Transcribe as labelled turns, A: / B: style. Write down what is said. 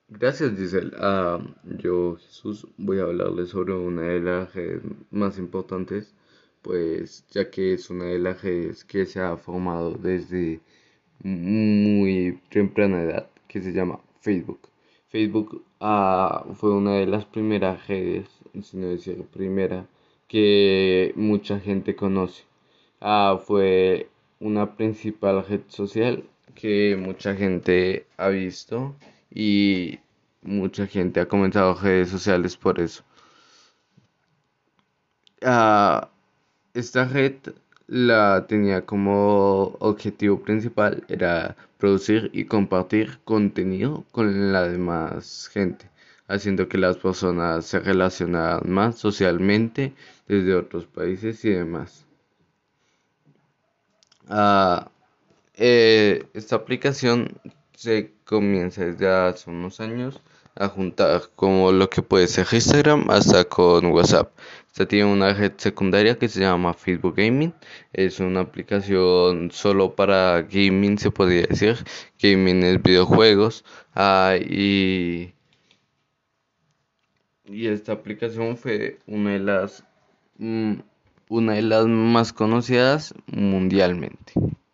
A: Gracias, Giselle. Yo, Jesús, voy a hablarles sobre una de las redes más importantes, pues ya que es una de las redes que se ha formado desde muy temprana edad, que se llama Facebook. Facebook fue una de las primeras redes, si no decir primera, que mucha gente conoce. Fue una principal red social que mucha gente ha visto y mucha gente ha comenzado redes sociales por eso. Ah, Esta red la tenía como objetivo principal era producir y compartir contenido con la demás gente, haciendo que las personas se relacionaran más socialmente desde otros países y demás. Ah, Esta aplicación se comienza desde hace unos años a juntar como lo que puede ser Instagram hasta con WhatsApp. Esta tiene una red secundaria que se llama Facebook Gaming. Es una aplicación solo para gaming, se podría decir. Gaming es videojuegos. Ah, y esta aplicación fue mm, una de las más conocidas mundialmente.